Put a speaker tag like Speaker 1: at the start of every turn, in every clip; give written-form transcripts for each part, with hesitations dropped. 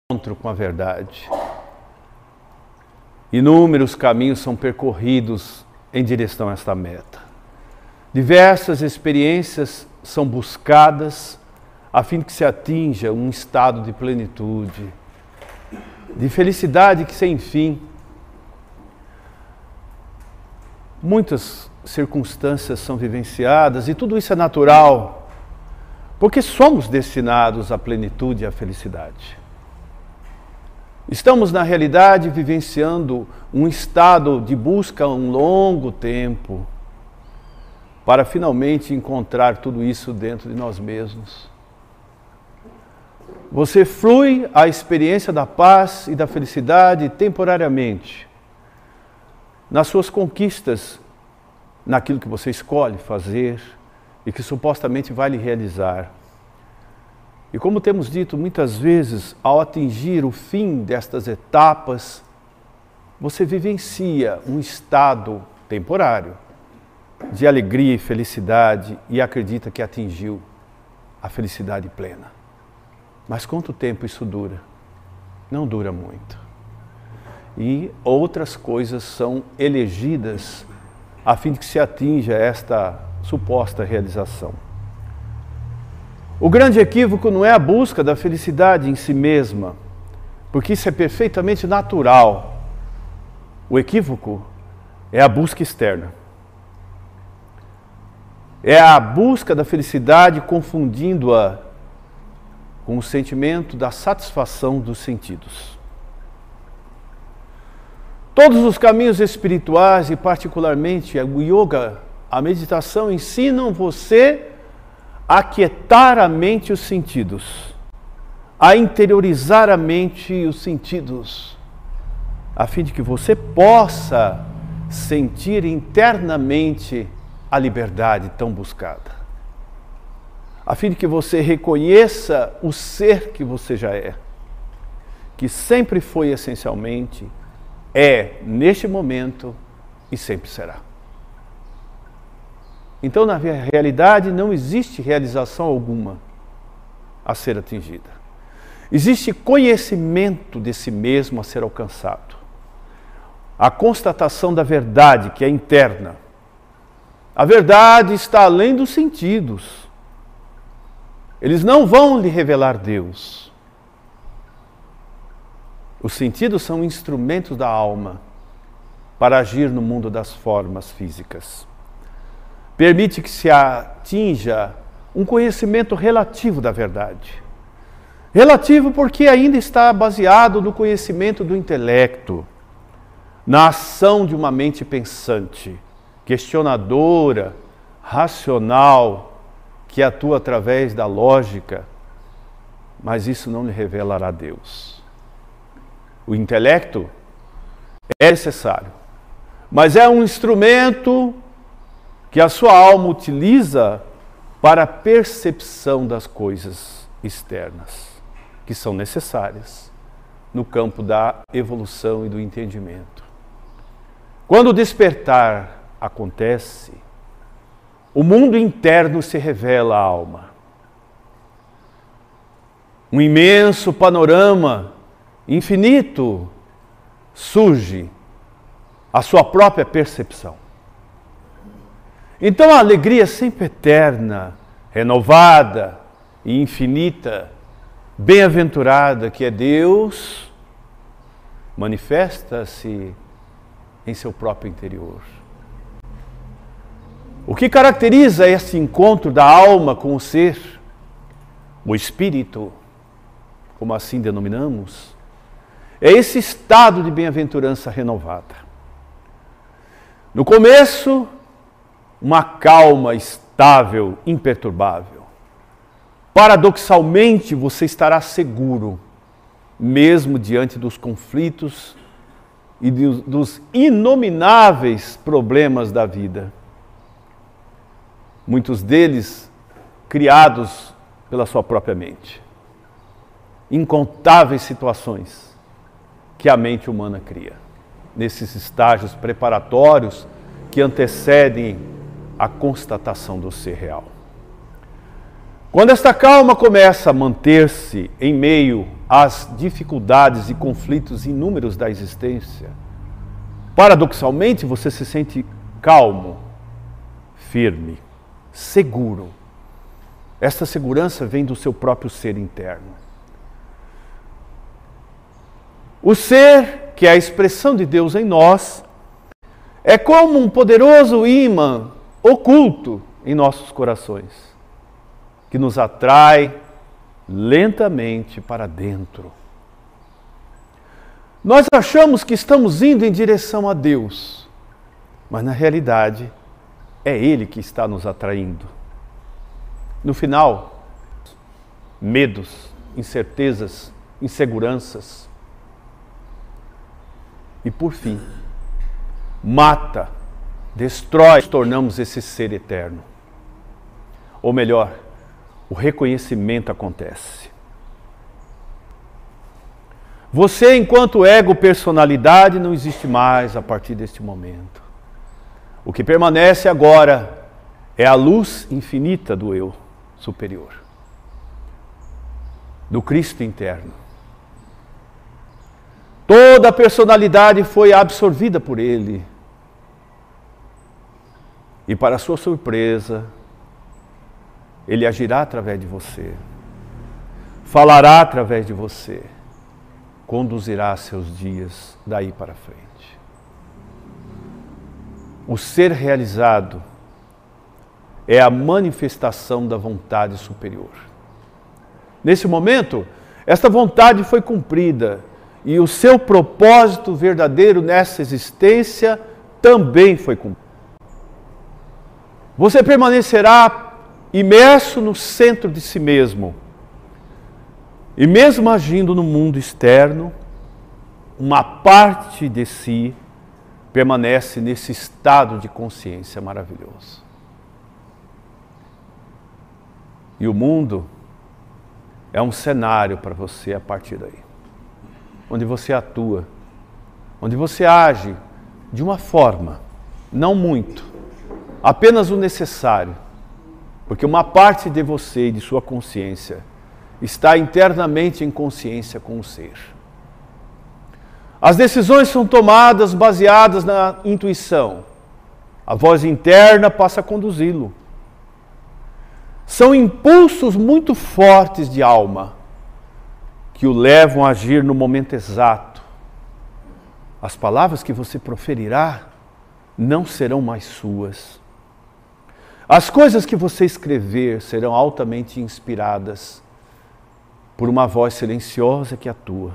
Speaker 1: encontro com a verdade. Inúmeros caminhos são percorridos em direção a esta meta. Diversas experiências são buscadas a fim de que se atinja um estado de plenitude, de felicidade que sem fim. Muitas circunstâncias são vivenciadas e tudo isso é natural, porque somos destinados à plenitude e à felicidade. Estamos, na realidade, vivenciando um estado de busca há um longo tempo para finalmente encontrar tudo isso dentro de nós mesmos. Você flui a experiência da paz e da felicidade temporariamente, nas suas conquistas, naquilo que você escolhe fazer e que supostamente vai lhe realizar. E como temos dito muitas vezes, ao atingir o fim destas etapas, você vivencia um estado temporário de alegria e felicidade e acredita que atingiu a felicidade plena. Mas quanto tempo isso dura? Não dura muito. E outras coisas são elegidas a fim de que se atinja esta suposta realização. O grande equívoco não é a busca da felicidade em si mesma, porque isso é perfeitamente natural. O equívoco é a busca externa. É a busca da felicidade confundindo-a com o sentimento da satisfação dos sentidos. Todos os caminhos espirituais, e particularmente o yoga, a meditação, ensinam você a aquietar a mente e os sentidos, a interiorizar a mente e os sentidos, a fim de que você possa sentir internamente a liberdade tão buscada, a fim de que você reconheça o ser que você já é, que sempre foi essencialmente, é neste momento e sempre será. Então, na realidade, não existe realização alguma a ser atingida. Existe conhecimento de si mesmo a ser alcançado. A constatação da verdade, que é interna. A verdade está além dos sentidos. Eles não vão lhe revelar Deus. Os sentidos são instrumentos da alma para agir no mundo das formas físicas. Permite que se atinja um conhecimento relativo da verdade. Relativo porque ainda está baseado no conhecimento do intelecto, na ação de uma mente pensante, questionadora, racional, que atua através da lógica, mas isso não lhe revelará Deus. O intelecto é necessário, mas é um instrumento que a sua alma utiliza para a percepção das coisas externas, que são necessárias no campo da evolução e do entendimento. Quando o despertar acontece, o mundo interno se revela à alma. Um imenso panorama infinito surge à sua própria percepção. Então a alegria sempre eterna, renovada e infinita, bem-aventurada que é Deus, manifesta-se em seu próprio interior. O que caracteriza esse encontro da alma com o ser, o espírito, como assim denominamos, é esse estado de bem-aventurança renovada. No começo, uma calma estável, imperturbável. Paradoxalmente, você estará seguro, mesmo diante dos conflitos e dos inomináveis problemas da vida. Muitos deles criados pela sua própria mente. Incontáveis situações que a mente humana cria, nesses estágios preparatórios que antecedem a constatação do ser real. Quando esta calma começa a manter-se em meio às dificuldades e conflitos inúmeros da existência, paradoxalmente você se sente calmo, firme, seguro. Esta segurança vem do seu próprio ser interno. O ser, que é a expressão de Deus em nós, é como um poderoso ímã oculto em nossos corações, que nos atrai lentamente para dentro. Nós achamos que estamos indo em direção a Deus, mas na realidade é Ele que está nos atraindo. No final, medos, incertezas, inseguranças e, por fim, mata, destrói, nos tornamos esse ser eterno. Ou melhor, o reconhecimento acontece. Você, enquanto ego, personalidade, não existe mais a partir deste momento. O que permanece agora é a luz infinita do eu superior, do Cristo interno. Toda a personalidade foi absorvida por Ele. E para sua surpresa, Ele agirá através de você, falará através de você, conduzirá seus dias daí para frente. O ser realizado é a manifestação da vontade superior. Nesse momento, esta vontade foi cumprida e o seu propósito verdadeiro nessa existência também foi cumprido. Você permanecerá imerso no centro de si mesmo. E mesmo agindo no mundo externo, uma parte de si permanece nesse estado de consciência maravilhoso. E o mundo é um cenário para você a partir daí, onde você atua, onde você age de uma forma, não muito, apenas o necessário, porque uma parte de você e de sua consciência está internamente em consciência com o ser. As decisões são tomadas baseadas na intuição. A voz interna passa a conduzi-lo. São impulsos muito fortes de alma que o levam a agir no momento exato. As palavras que você proferirá não serão mais suas. As coisas que você escrever serão altamente inspiradas por uma voz silenciosa que atua.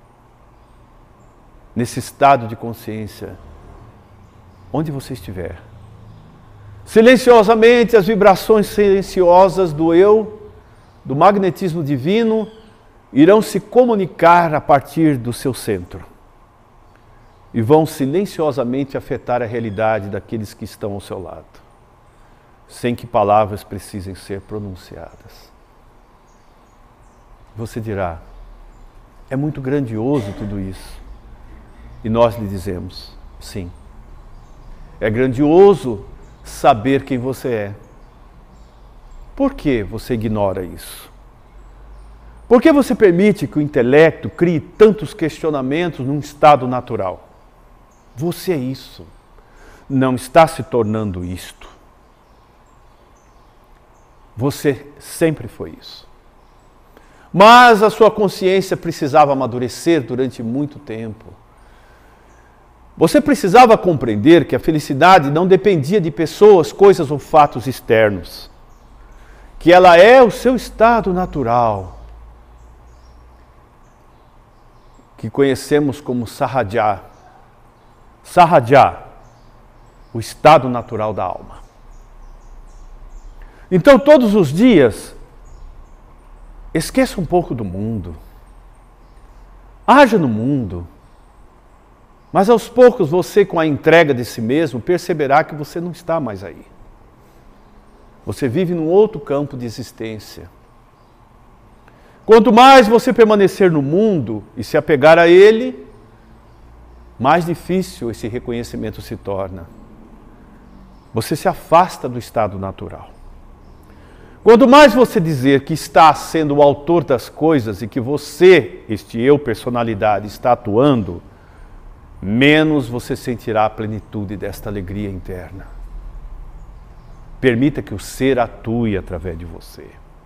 Speaker 1: Nesse estado de consciência, onde você estiver, silenciosamente as vibrações silenciosas do eu, do magnetismo divino, irão se comunicar a partir do seu centro e vão silenciosamente afetar a realidade daqueles que estão ao seu lado, sem que palavras precisem ser pronunciadas. Você dirá, é muito grandioso tudo isso. E nós lhe dizemos, sim. É grandioso saber quem você é. Por que você ignora isso? Por que você permite que o intelecto crie tantos questionamentos num estado natural? Você é isso. Não está se tornando isto. Você sempre foi isso. Mas a sua consciência precisava amadurecer durante muito tempo. Você precisava compreender que a felicidade não dependia de pessoas, coisas ou fatos externos. Que ela é o seu estado natural, que conhecemos como Sahaja. Sahaja, o estado natural da alma. Então, todos os dias, esqueça um pouco do mundo. Haja no mundo. Mas aos poucos você, com a entrega de si mesmo, perceberá que você não está mais aí. Você vive num outro campo de existência. Quanto mais você permanecer no mundo e se apegar a ele, mais difícil esse reconhecimento se torna. Você se afasta do estado natural. Quanto mais você dizer que está sendo o autor das coisas e que você, este eu, personalidade, está atuando, menos você sentirá a plenitude desta alegria interna. Permita que o ser atue através de você.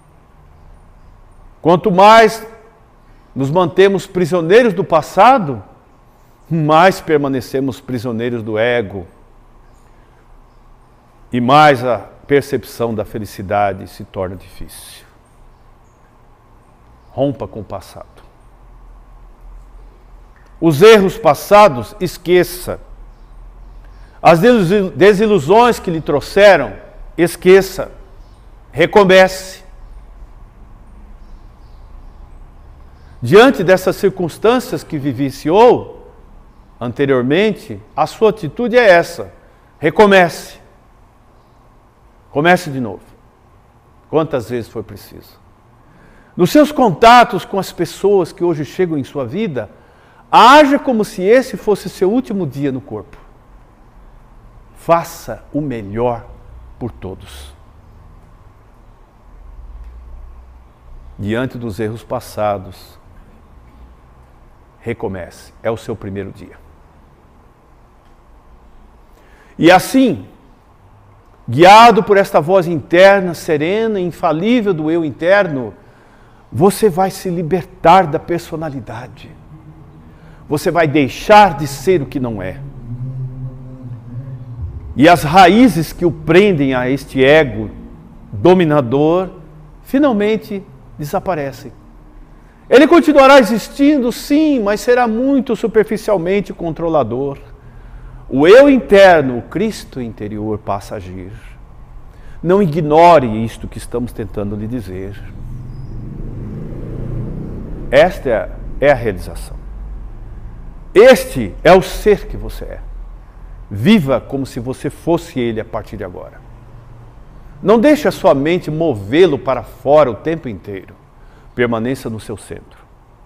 Speaker 1: Quanto mais nos mantemos prisioneiros do passado, mais permanecemos prisioneiros do ego. E mais a percepção da felicidade se torna difícil. Rompa com o passado. Os erros passados, esqueça. As desilusões que lhe trouxeram, esqueça. Recomece. Diante dessas circunstâncias que vivenciou anteriormente, a sua atitude é essa. Recomece. Comece de novo. Quantas vezes for preciso. Nos seus contatos com as pessoas que hoje chegam em sua vida, haja como se esse fosse seu último dia no corpo. Faça o melhor por todos. Diante dos erros passados, recomece. É o seu primeiro dia. E assim, guiado por esta voz interna, serena e infalível do eu interno, você vai se libertar da personalidade. Você vai deixar de ser o que não é. E as raízes que o prendem a este ego dominador, finalmente desaparecem. Ele continuará existindo, sim, mas será muito superficialmente controlador. O eu interno, o Cristo interior, passa a agir. Não ignore isto que estamos tentando lhe dizer. Esta é a realização. Este é o ser que você é. Viva como se você fosse ele a partir de agora. Não deixe a sua mente movê-lo para fora o tempo inteiro. Permaneça no seu centro.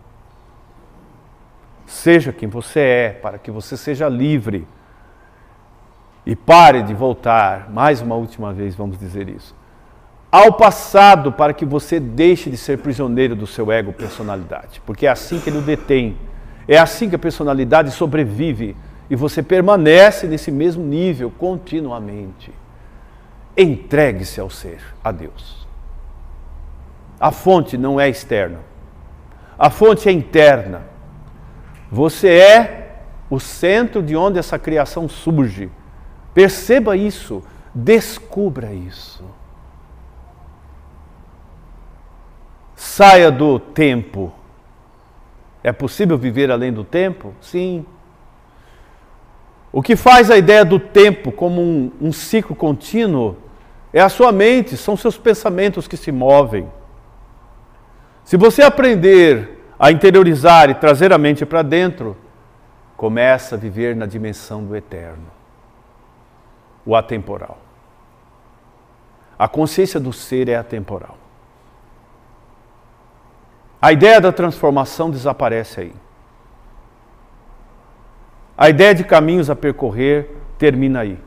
Speaker 1: Seja quem você é, para que você seja livre. E pare de voltar, mais uma última vez vamos dizer isso, ao passado, para que você deixe de ser prisioneiro do seu ego personalidade. Porque é assim que ele o detém. É assim que a personalidade sobrevive. E você permanece nesse mesmo nível continuamente. Entregue-se ao ser, a Deus. A fonte não é externa. A fonte é interna. Você é o centro de onde essa criação surge. Perceba isso. Descubra isso. Saia do tempo. É possível viver além do tempo? Sim. O que faz a ideia do tempo como um ciclo contínuo é a sua mente, são seus pensamentos que se movem. Se você aprender a interiorizar e trazer a mente para dentro, começa a viver na dimensão do eterno, o atemporal. A consciência do ser é atemporal. A ideia da transformação desaparece aí. A ideia de caminhos a percorrer termina aí.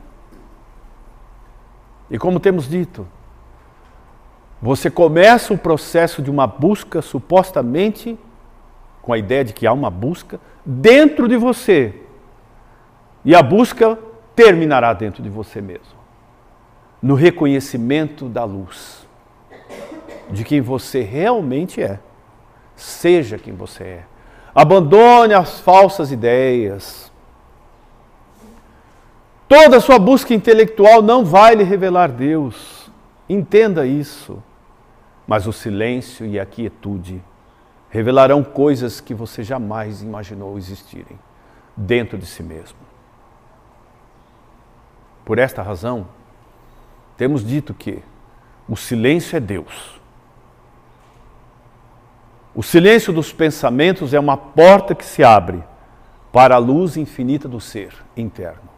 Speaker 1: E como temos dito, você começa o processo de uma busca supostamente, com a ideia de que há uma busca, dentro de você. E a busca terminará dentro de você mesmo. No reconhecimento da luz. De quem você realmente é. Seja quem você é. Abandone as falsas ideias. Toda a sua busca intelectual não vai lhe revelar Deus. Entenda isso. Mas o silêncio e a quietude revelarão coisas que você jamais imaginou existirem dentro de si mesmo. Por esta razão, temos dito que o silêncio é Deus. O silêncio dos pensamentos é uma porta que se abre para a luz infinita do ser interno.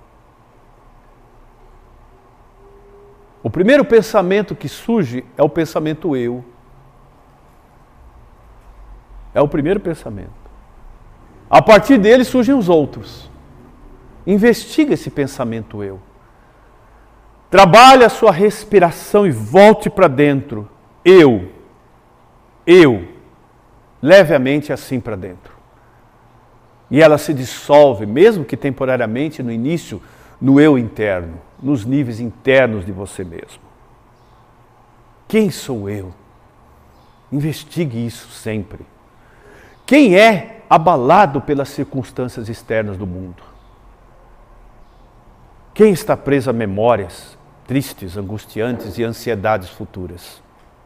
Speaker 1: O primeiro pensamento que surge é o pensamento eu. É o primeiro pensamento. A partir dele surgem os outros. Investiga esse pensamento eu. Trabalhe a sua respiração e volte para dentro. eu, leve a mente assim para dentro. E ela se dissolve, mesmo que temporariamente, no início, no eu interno, nos níveis internos de você mesmo. Quem sou eu? Investigue isso sempre. Quem é abalado pelas circunstâncias externas do mundo? Quem está preso a memórias tristes, angustiantes e ansiedades futuras?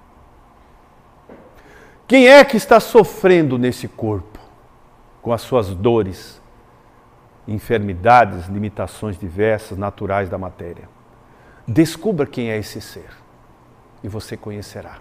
Speaker 1: Quem é que está sofrendo nesse corpo, com as suas dores, enfermidades, limitações diversas, naturais da matéria? Descubra quem é esse ser e você conhecerá.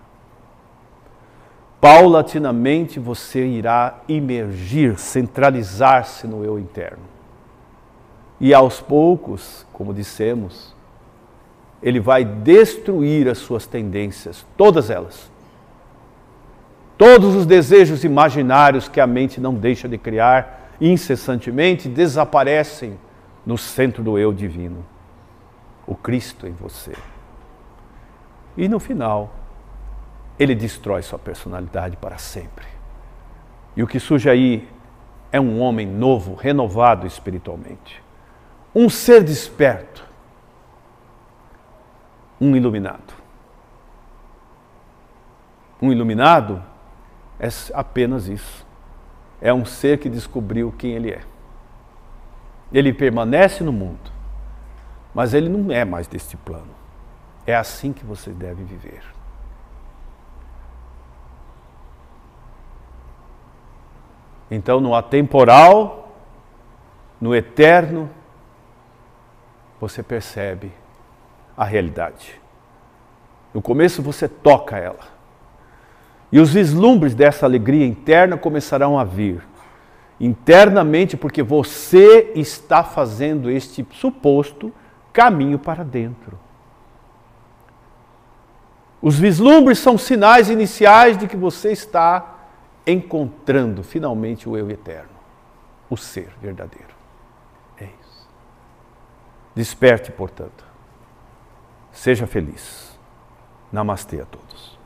Speaker 1: Paulatinamente você irá imergir, centralizar-se no eu interno. E aos poucos, como dissemos, ele vai destruir as suas tendências, todas elas. Todos os desejos imaginários que a mente não deixa de criar incessantemente desaparecem no centro do eu divino, o Cristo em você. E no final, ele destrói sua personalidade para sempre. E o que surge aí é um homem novo, renovado espiritualmente. Um ser desperto. Um iluminado. Um iluminado é apenas isso. É um ser que descobriu quem ele é. Ele permanece no mundo, mas ele não é mais deste plano. É assim que você deve viver. Então, no atemporal, no eterno, você percebe a realidade. No começo você toca ela. E os vislumbres dessa alegria interna começarão a vir. Internamente, porque você está fazendo este suposto caminho para dentro. Os vislumbres são sinais iniciais de que você está encontrando finalmente o eu eterno, o ser verdadeiro. É isso. Desperte, portanto. Seja feliz. Namastê a todos.